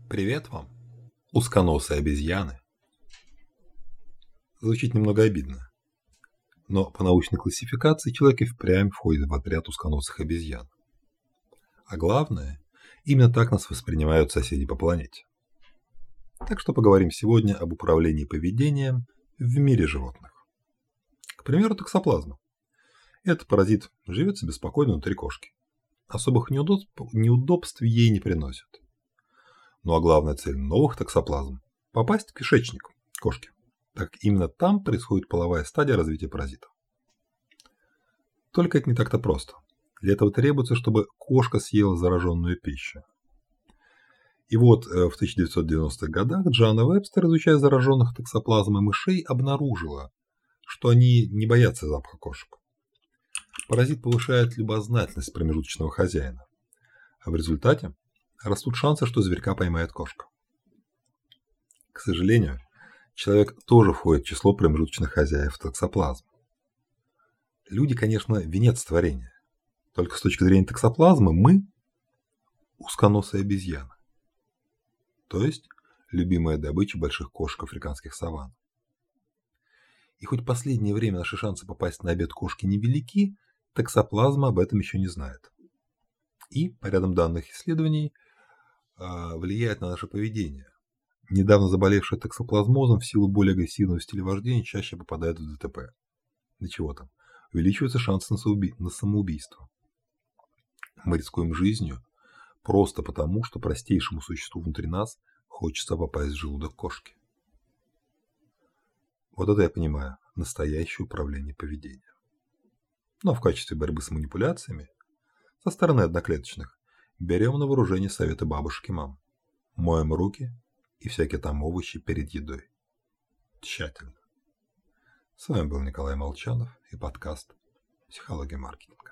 Привет вам, узконосые обезьяны. Звучит немного обидно, но по научной классификации человек и впрямь входит в отряд узконосых обезьян. А главное, именно так нас воспринимают соседи по планете. Так что поговорим сегодня об управлении поведением в мире животных. К примеру, токсоплазма. Этот паразит живет себе спокойно внутри кошки. Особых неудобств ей не приносит. Ну а главная цель новых токсоплазм – попасть в кишечник кошки, так как именно там происходит половая стадия развития паразитов. Только это не так-то просто. Для этого требуется, чтобы кошка съела зараженную пищу. И вот в 1990-х годах Джоанна Вебстер, изучая зараженных токсоплазмой мышей, обнаружила, что они не боятся запаха кошек. Паразит повышает любознательность промежуточного хозяина, а в результате растут шансы, что зверька поймает кошка. К сожалению, человек тоже входит в число промежуточных хозяев токсоплазм. Люди, конечно, венец творения. Только с точки зрения токсоплазмы мы – узконосые обезьяны. То есть любимая добыча больших кошек африканских саванн. И хоть в последнее время наши шансы попасть на обед кошки невелики, токсоплазма об этом еще не знает. И, по рядам данных исследований, влияет на наше поведение. Недавно заболевшие токсоплазмозом в силу более агрессивного стиля вождения чаще попадают в ДТП. Да чего там, увеличиваются шансы на самоубийство. Мы рискуем жизнью просто потому, что простейшему существу внутри нас хочется попасть в желудок кошки. Вот это я понимаю, настоящее управление поведением. Но в качестве борьбы с манипуляциями со стороны одноклеточных берем на вооружение советы бабушек и мам. Моем руки и всякие там овощи перед едой. Тщательно. С вами был Николай Молчанов и подкаст «Психология маркетинга».